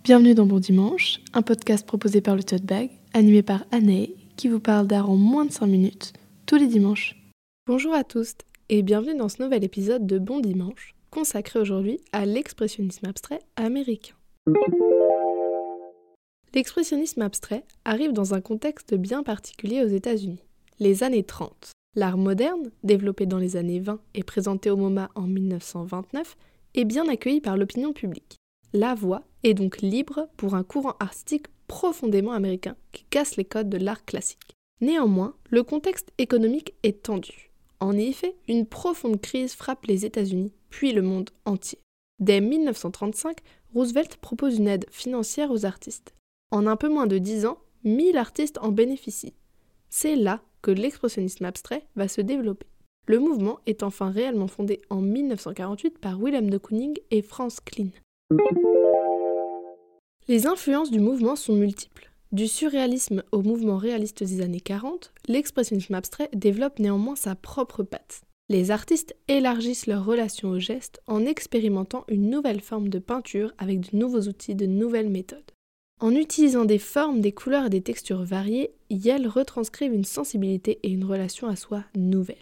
Bienvenue dans Bon Dimanche, un podcast proposé par le Tote Bag, animé par Anaë, qui vous parle d'art en moins de 5 minutes, tous les dimanches. Bonjour à tous et bienvenue dans ce nouvel épisode de Bon Dimanche, consacré aujourd'hui à l'expressionnisme abstrait américain. L'expressionnisme abstrait arrive dans un contexte bien particulier aux États-Unis, les années 30. L'art moderne, développé dans les années 20 et présenté au MoMA en 1929, est bien accueilli par l'opinion publique. La voie est donc libre pour un courant artistique profondément américain qui casse les codes de l'art classique. Néanmoins, le contexte économique est tendu. En effet, une profonde crise frappe les États-Unis, puis le monde entier. Dès 1935, Roosevelt propose une aide financière aux artistes. En un peu moins de 10 ans, 1000 artistes en bénéficient. C'est là que l'expressionnisme abstrait va se développer. Le mouvement est enfin réellement fondé en 1948 par Willem de Kooning et Franz Kline. Les influences du mouvement sont multiples. Du surréalisme au mouvement réaliste des années 40, l'expressionnisme abstrait développe néanmoins sa propre patte. Les artistes élargissent leur relation au geste en expérimentant une nouvelle forme de peinture avec de nouveaux outils, de nouvelles méthodes. En utilisant des formes, des couleurs et des textures variées, Yale retranscrivent une sensibilité et une relation à soi nouvelle.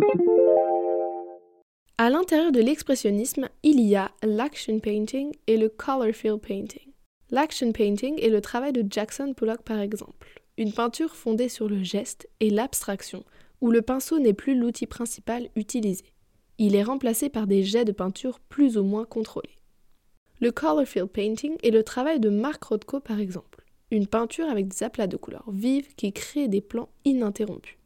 À l'intérieur de l'expressionnisme, il y a l'action painting et le color field painting. L'action painting est le travail de Jackson Pollock par exemple, une peinture fondée sur le geste et l'abstraction, où le pinceau n'est plus l'outil principal utilisé. Il est remplacé par des jets de peinture plus ou moins contrôlés. Le color field painting est le travail de Mark Rothko par exemple, une peinture avec des aplats de couleurs vives qui créent des plans ininterrompus.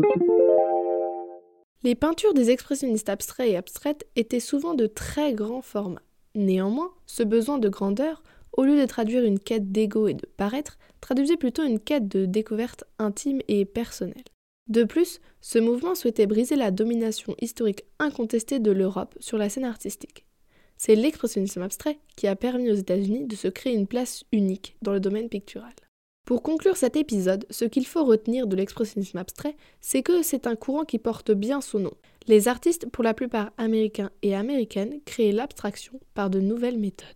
Les peintures des expressionnistes abstraits et abstraites étaient souvent de très grands formats. Néanmoins, ce besoin de grandeur, au lieu de traduire une quête d'ego et de paraître, traduisait plutôt une quête de découverte intime et personnelle. De plus, ce mouvement souhaitait briser la domination historique incontestée de l'Europe sur la scène artistique. C'est l'expressionnisme abstrait qui a permis aux États-Unis de se créer une place unique dans le domaine pictural. Pour conclure cet épisode, ce qu'il faut retenir de l'expressionnisme abstrait, c'est que c'est un courant qui porte bien son nom. Les artistes, pour la plupart américains et américaines, créent l'abstraction par de nouvelles méthodes.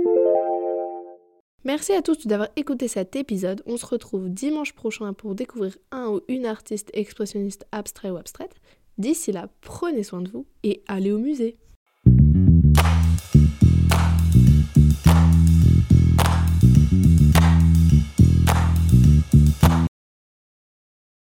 Merci à tous d'avoir écouté cet épisode. On se retrouve dimanche prochain pour découvrir un ou une artiste expressionniste abstrait ou abstraite. D'ici là, prenez soin de vous et allez au musée.